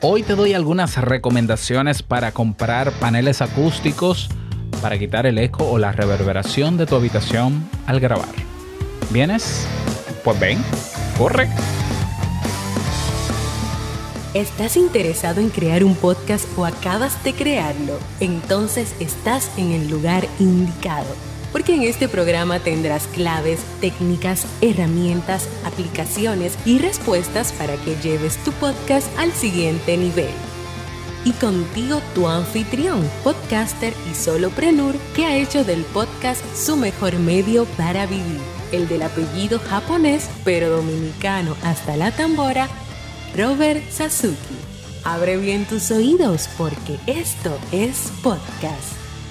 Hoy te doy algunas recomendaciones para comprar paneles acústicos para quitar el eco o la reverberación de tu habitación al grabar. ¿Vienes? Pues ven, corre. ¿Estás interesado en crear un podcast o acabas de crearlo? Entonces estás en el lugar indicado, porque en este programa tendrás claves, técnicas, herramientas, aplicaciones y respuestas para que lleves tu podcast al siguiente nivel. Y contigo tu anfitrión, podcaster y solopreneur que ha hecho del podcast su mejor medio para vivir, el del apellido japonés pero dominicano hasta la tambora, Robert Sasuki. Abre bien tus oídos porque esto es podcast.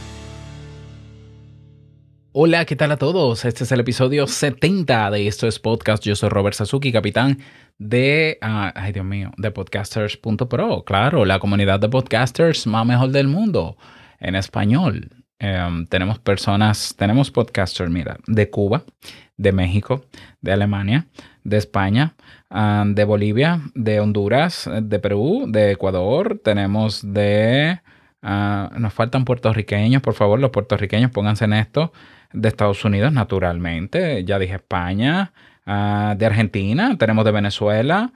Hola, ¿qué tal a todos? Este es el episodio 70 de Esto es Podcast. Yo soy Robert Sasuki, capitán de, de podcasters.pro. Claro, la comunidad de podcasters más mejor del mundo en español. Tenemos podcasters, mira, de Cuba, de México, de Alemania, de España, de Bolivia, de Honduras, de Perú, de Ecuador. Tenemos nos faltan puertorriqueños, por favor, los puertorriqueños pónganse en esto. De Estados Unidos, naturalmente, ya dije España, de Argentina, tenemos de Venezuela,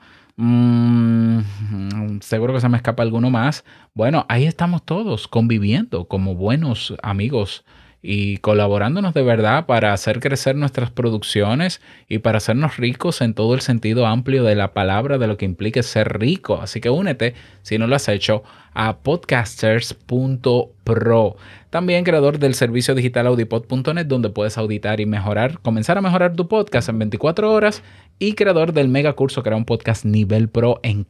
seguro que se me escapa alguno más. Bueno, ahí estamos todos conviviendo como buenos amigos y colaborándonos de verdad para hacer crecer nuestras producciones y para hacernos ricos en todo el sentido amplio de la palabra, de lo que implica ser rico. Así que únete, si no lo has hecho, a podcasters.pro. También creador del servicio digital audipod.net, donde puedes auditar y comenzar a mejorar tu podcast en 24 horas. Y creador del mega curso Crea un Podcast Nivel Pro en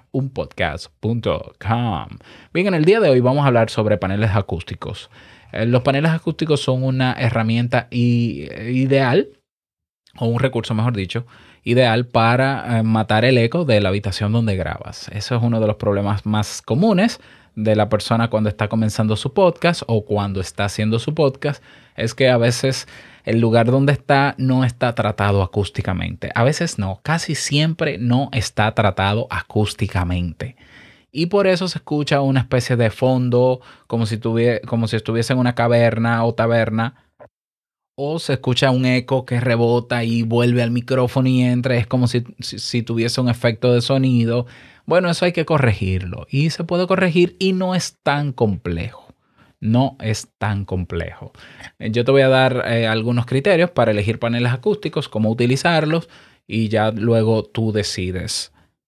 creaunpodcast.com. Bien, en el día de hoy vamos a hablar sobre paneles acústicos. Los paneles acústicos son una herramienta ideal, o un recurso, mejor dicho, ideal para matar el eco de la habitación donde grabas. Eso es uno de los problemas más comunes de la persona cuando está comenzando su podcast o cuando está haciendo su podcast, es que a veces el lugar donde está no está tratado acústicamente. A veces no, casi siempre no está tratado acústicamente. Y por eso se escucha una especie de fondo, como si estuviese en una caverna o taberna. O se escucha un eco que rebota y vuelve al micrófono y entra. Es como si tuviese un efecto de sonido. Bueno, eso hay que corregirlo. Y se puede corregir y no es tan complejo. No es tan complejo. Yo te voy a dar algunos criterios para elegir paneles acústicos, cómo utilizarlos y ya luego tú decides.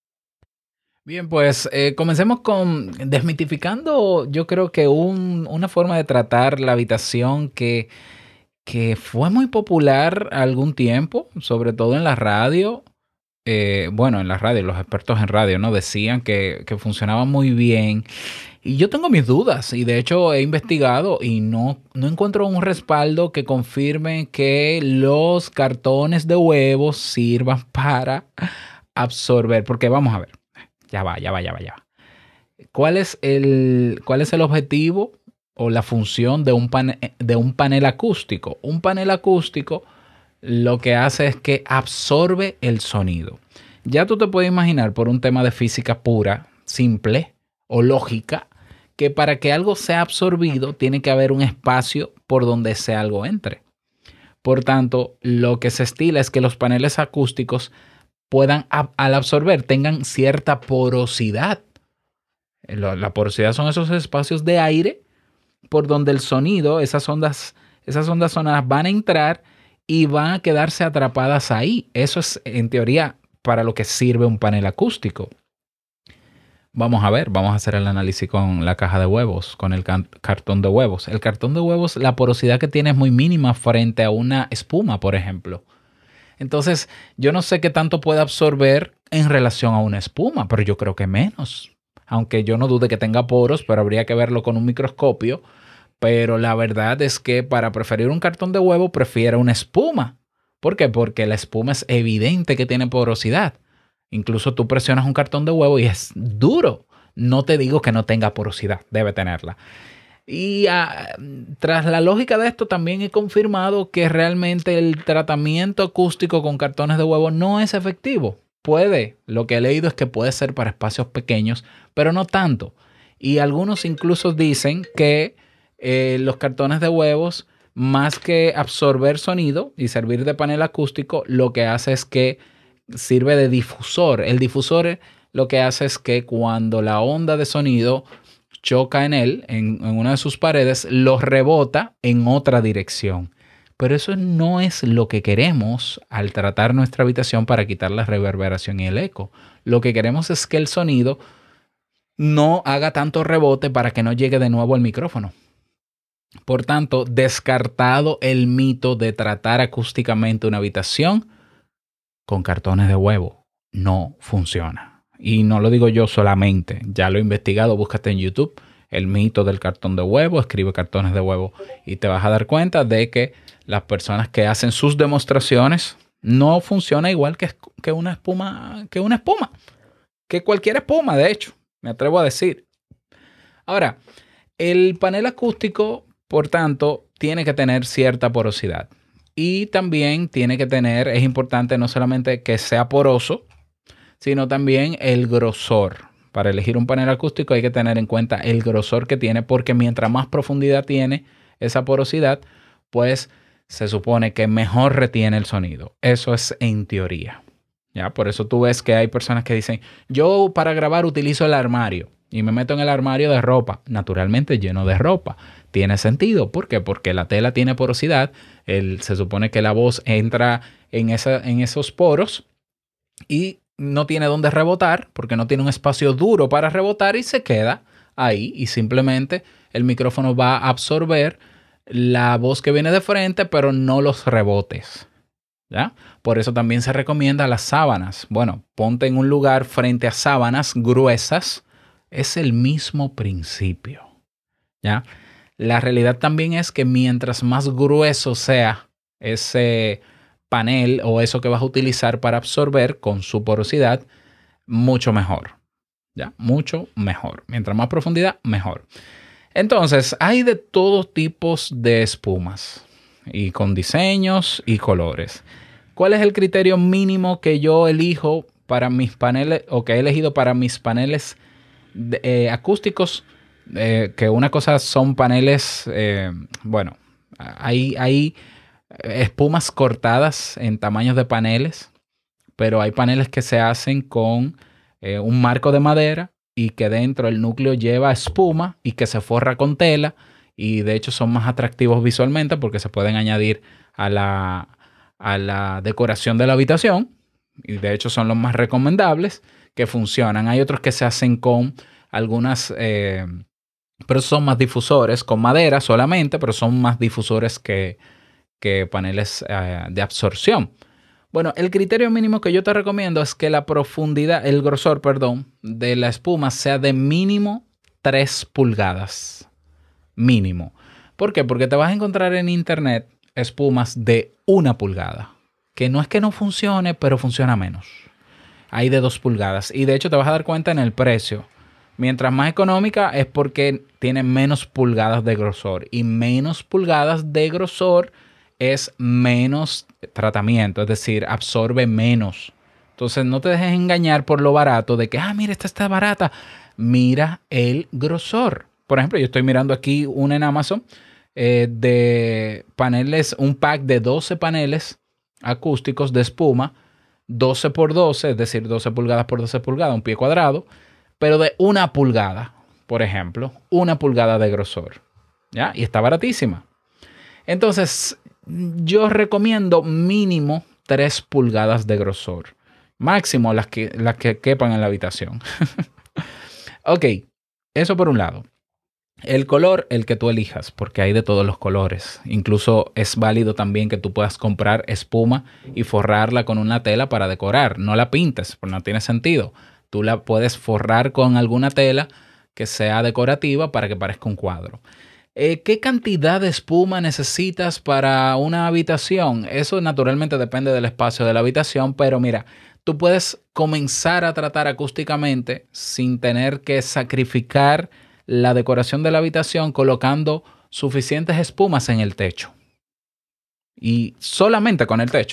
Bien, pues comencemos con desmitificando, yo creo que una forma de tratar la habitación que fue muy popular algún tiempo, sobre todo en la radio. En la radio, los expertos en radio, ¿no? Decían que funcionaba muy bien. Y yo tengo mis dudas y de hecho he investigado y no encuentro un respaldo que confirme que los cartones de huevos sirvan para absorber. Porque vamos a ver. Ya va. ¿Cuál es el objetivo o la función de un panel acústico? Un panel acústico lo que hace es que absorbe el sonido. Ya tú te puedes imaginar por un tema de física pura, simple o lógica, que para que algo sea absorbido tiene que haber un espacio por donde ese algo entre. Por tanto, lo que se estila es que los paneles acústicos puedan, al absorber, tengan cierta porosidad. La porosidad son esos espacios de aire por donde el sonido, esas ondas sonoras van a entrar y van a quedarse atrapadas ahí. Eso es, en teoría, para lo que sirve un panel acústico. Vamos a hacer el análisis con la caja de huevos, con el cartón de huevos. El cartón de huevos, la porosidad que tiene es muy mínima frente a una espuma, por ejemplo. Entonces, yo no sé qué tanto puede absorber en relación a una espuma, pero yo creo que menos. Aunque yo no dude que tenga poros, pero habría que verlo con un microscopio. Pero la verdad es que para preferir un cartón de huevo, prefiero una espuma. ¿Por qué? Porque la espuma es evidente que tiene porosidad. Incluso tú presionas un cartón de huevo y es duro. No te digo que no tenga porosidad, debe tenerla. Y tras la lógica de esto, también he confirmado que realmente el tratamiento acústico con cartones de huevo no es efectivo. puede, lo que he leído es que puede ser para espacios pequeños, pero no tanto. Y algunos incluso dicen que los cartones de huevos, más que absorber sonido y servir de panel acústico, lo que hace es que sirve de difusor. El difusor lo que hace es que cuando la onda de sonido choca en él, en una de sus paredes, lo rebota en otra dirección. Pero eso no es lo que queremos al tratar nuestra habitación para quitar la reverberación y el eco. Lo que queremos es que el sonido no haga tanto rebote para que no llegue de nuevo al micrófono. Por tanto, descartado el mito de tratar acústicamente una habitación con cartones de huevo. No funciona. Y no lo digo yo solamente. Ya lo he investigado, búscate en YouTube el mito del cartón de huevo, escribe cartones de huevo y te vas a dar cuenta de que las personas que hacen sus demostraciones no funciona igual que una espuma, que cualquier espuma, de hecho, me atrevo a decir. Ahora, el panel acústico, por tanto, tiene que tener cierta porosidad y también tiene que tener, es importante no solamente que sea poroso, sino también el grosor. Para elegir un panel acústico hay que tener en cuenta el grosor que tiene, porque mientras más profundidad tiene esa porosidad, pues se supone que mejor retiene el sonido. Eso es en teoría. ¿Ya? Por eso tú ves que hay personas que dicen, yo para grabar utilizo el armario y me meto en el armario de ropa, naturalmente lleno de ropa. Tiene sentido. ¿Por qué? Porque la tela tiene porosidad. Se supone que la voz entra en esos poros y no tiene dónde rebotar porque no tiene un espacio duro para rebotar y se queda ahí y simplemente el micrófono va a absorber la voz que viene de frente, pero no los rebotes. ¿Ya? Por eso también se recomienda las sábanas. Bueno, ponte en un lugar frente a sábanas gruesas. Es el mismo principio. ¿Ya? La realidad también es que mientras más grueso sea ese panel o eso que vas a utilizar para absorber con su porosidad, mucho mejor. ¿Ya? Mucho mejor. Mientras más profundidad, mejor. Entonces, hay de todos tipos de espumas y con diseños y colores. ¿Cuál es el criterio mínimo que yo elijo para mis paneles o que he elegido para mis paneles acústicos? Que una cosa son paneles, bueno, hay espumas cortadas en tamaños de paneles, pero hay paneles que se hacen con un marco de madera y que dentro el núcleo lleva espuma y que se forra con tela y de hecho son más atractivos visualmente porque se pueden añadir a la decoración de la habitación y de hecho son los más recomendables que funcionan. Hay otros que se hacen con algunas, pero son más difusores, con madera solamente, pero son más difusores que paneles de absorción. Bueno, el criterio mínimo que yo te recomiendo es que la profundidad, el grosor, perdón, de la espuma sea de mínimo 3 pulgadas. Mínimo. ¿Por qué? Porque te vas a encontrar en internet espumas de 1 pulgada. Que no es que no funcione, pero funciona menos. Hay de 2 pulgadas. Y de hecho te vas a dar cuenta en el precio. Mientras más económica es porque tiene menos pulgadas de grosor. Y menos pulgadas de grosor es menos tratamiento, es decir, absorbe menos. Entonces no te dejes engañar por lo barato de que, mira, esta está barata. Mira el grosor. Por ejemplo, yo estoy mirando aquí una en Amazon de paneles, un pack de 12 paneles acústicos de espuma, 12 por 12, es decir, 12 pulgadas por 12 pulgadas, un pie cuadrado, pero de 1 pulgada, por ejemplo, 1 pulgada de grosor. ¿Ya? Y está baratísima. Entonces, yo recomiendo mínimo 3 pulgadas de grosor. Máximo las que quepan en la habitación. Ok, eso por un lado. El color, el que tú elijas, porque hay de todos los colores. Incluso es válido también que tú puedas comprar espuma y forrarla con una tela para decorar. No la pintes, porque no tiene sentido. Tú la puedes forrar con alguna tela que sea decorativa para que parezca un cuadro. ¿Qué cantidad de espuma necesitas para una habitación? Eso naturalmente depende del espacio de la habitación, pero mira, tú puedes comenzar a tratar acústicamente sin tener que sacrificar la decoración de la habitación colocando suficientes espumas en el techo. Y solamente con el techo.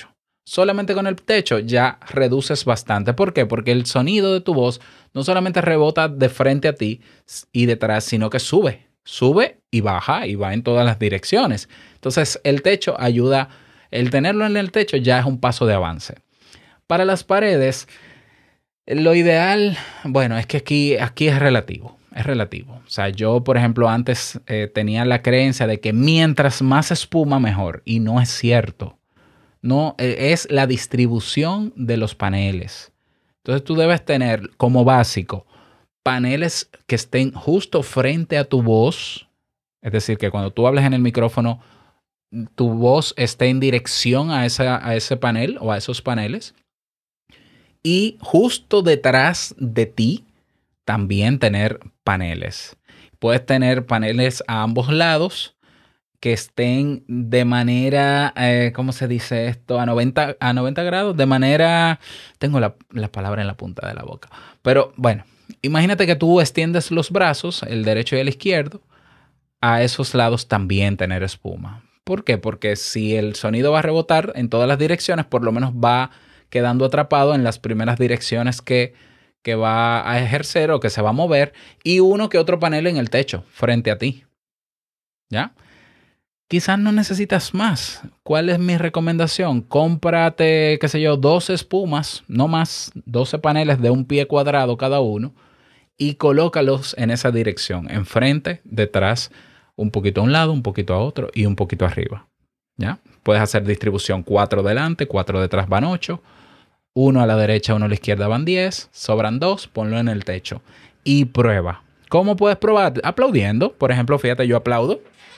Solamente con el techo ya reduces bastante. ¿Por qué? Porque el sonido de tu voz no solamente rebota de frente a ti y detrás, sino que sube y baja y va en todas las direcciones. Entonces el techo ayuda, el tenerlo en el techo ya es un paso de avance. Para las paredes, lo ideal, bueno, es que aquí es relativo. Es relativo. O sea, yo, por ejemplo, antes tenía la creencia de que mientras más espuma, mejor. Y no es cierto. No, es la distribución de los paneles. Entonces tú debes tener como básico paneles que estén justo frente a tu voz. Es decir, que cuando tú hables en el micrófono, tu voz esté en dirección a ese panel o a esos paneles. Y justo detrás de ti también tener paneles. Puedes tener paneles a ambos lados que estén de manera, ¿cómo se dice esto? A 90 grados, de manera, tengo la palabra en la punta de la boca. Pero bueno, imagínate que tú extiendes los brazos, el derecho y el izquierdo, a esos lados también tener espuma. ¿Por qué? Porque si el sonido va a rebotar en todas las direcciones, por lo menos va quedando atrapado en las primeras direcciones que va a ejercer o que se va a mover, y uno que otro panel en el techo frente a ti. ¿Ya? Quizás no necesitas más. ¿Cuál es mi recomendación? Cómprate, qué sé yo, 12 espumas, no más, 12 paneles de un pie cuadrado cada uno y colócalos en esa dirección, enfrente, detrás, un poquito a un lado, un poquito a otro y un poquito arriba. ¿Ya? Puedes hacer distribución 4 delante, 4 detrás, van 8. Uno a la derecha, uno a la izquierda, van 10. Sobran 2, ponlo en el techo y prueba. ¿Cómo puedes probar? Aplaudiendo. Por ejemplo, fíjate, yo aplaudo.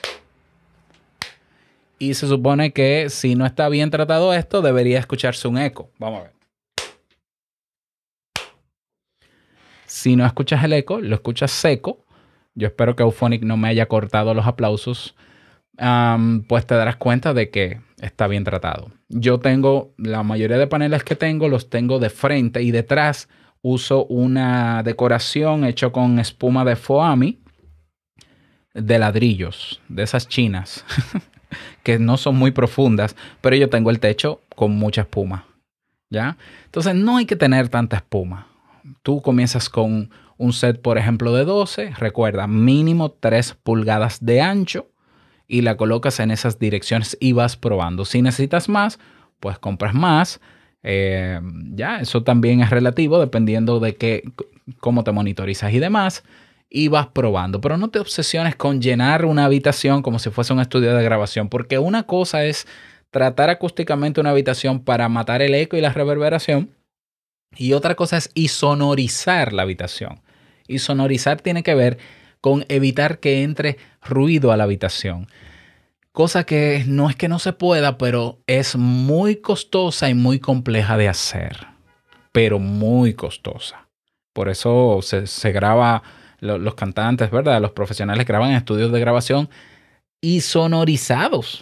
Y se supone que si no está bien tratado esto, debería escucharse un eco. Vamos a ver. Si no escuchas el eco, lo escuchas seco. Yo espero que Auphonic no me haya cortado los aplausos. Pues te darás cuenta de que está bien tratado. Yo tengo, la mayoría de paneles que tengo, los tengo de frente y detrás uso una decoración hecha con espuma de foamy de ladrillos, de esas chinas. Que no son muy profundas, pero yo tengo el techo con mucha espuma, ¿ya? Entonces no hay que tener tanta espuma. Tú comienzas con un set, por ejemplo, de 12, recuerda, mínimo 3 pulgadas de ancho y la colocas en esas direcciones y vas probando. Si necesitas más, pues compras más. Ya, eso también es relativo dependiendo de cómo te monitorizas y demás. Y vas probando, pero no te obsesiones con llenar una habitación como si fuese un estudio de grabación, porque una cosa es tratar acústicamente una habitación para matar el eco y la reverberación, y otra cosa es insonorizar la habitación. Y sonorizar tiene que ver con evitar que entre ruido a la habitación, cosa que no es que no se pueda, pero es muy costosa y muy compleja de hacer, pero muy costosa. Por eso se graba. Los cantantes, ¿verdad? Los profesionales graban en estudios de grabación y sonorizados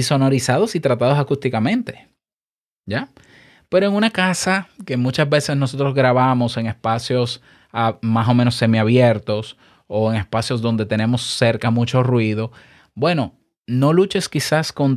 y tratados acústicamente, ¿ya? Pero en una casa que muchas veces nosotros grabamos en espacios más o menos semiabiertos o en espacios donde tenemos cerca mucho ruido, bueno, no luches quizás con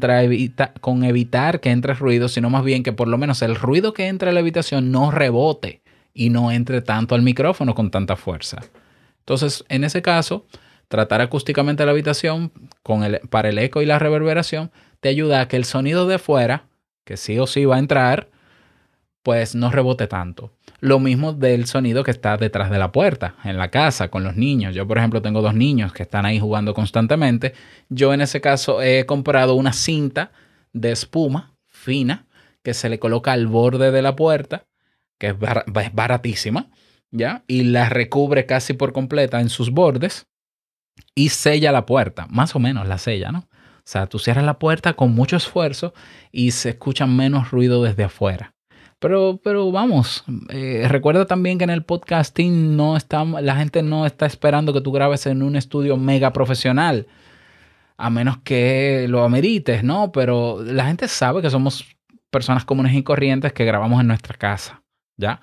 evitar que entre ruido, sino más bien que por lo menos el ruido que entre a la habitación no rebote y no entre tanto al micrófono con tanta fuerza. Entonces, en ese caso, tratar acústicamente la habitación para el eco y la reverberación te ayuda a que el sonido de afuera, que sí o sí va a entrar, pues no rebote tanto. Lo mismo del sonido que está detrás de la puerta, en la casa, con los niños. Yo, por ejemplo, tengo 2 niños que están ahí jugando constantemente. Yo, en ese caso, he comprado una cinta de espuma fina que se le coloca al borde de la puerta, que es baratísima, ¿ya? Y la recubre casi por completa en sus bordes y sella la puerta, más o menos la sella, ¿no? O sea, tú cierras la puerta con mucho esfuerzo y se escucha menos ruido desde afuera. Pero vamos, recuerda también que en el podcasting la gente no está esperando que tú grabes en un estudio mega profesional, a menos que lo amerites, ¿no? Pero la gente sabe que somos personas comunes y corrientes que grabamos en nuestra casa, ¿ya?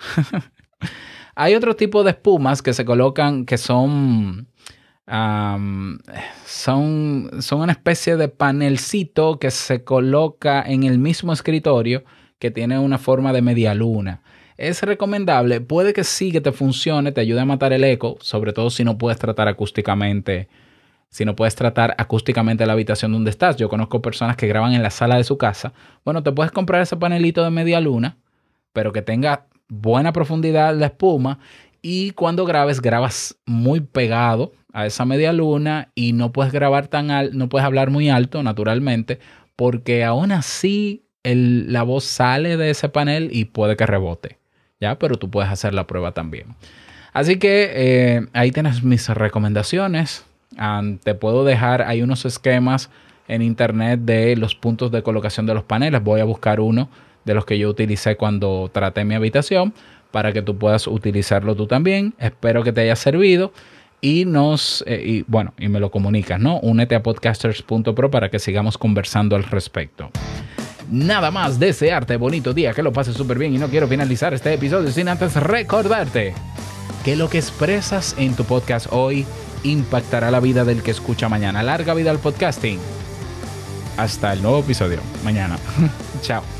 Hay otro tipo de espumas que se colocan que son una especie de panelcito que se coloca en el mismo escritorio que tiene una forma de media luna. Es recomendable, puede que sí que te funcione, te ayude a matar el eco, sobre todo si no puedes tratar acústicamente. Si no puedes tratar acústicamente la habitación donde estás. Yo conozco personas que graban en la sala de su casa. Bueno, te puedes comprar ese panelito de media luna, pero que tenga buena profundidad la espuma. Y cuando grabas muy pegado a esa media luna y no puedes grabar no puedes hablar muy alto, naturalmente, porque aún así la voz sale de ese panel y puede que rebote. ¿Ya? Pero tú puedes hacer la prueba también. Así que ahí tienes mis recomendaciones. Te puedo dejar, hay unos esquemas en internet de los puntos de colocación de los paneles. Voy a buscar uno de los que yo utilicé cuando traté mi habitación para que tú puedas utilizarlo tú también. Espero que te haya servido y me lo comunicas, ¿no? Únete a podcasters.pro para que sigamos conversando al respecto. Nada más, desearte bonito día, que lo pases súper bien y no quiero finalizar este episodio sin antes recordarte que lo que expresas en tu podcast hoy impactará la vida del que escucha mañana. Larga vida al podcasting. Hasta el nuevo episodio mañana. Chao.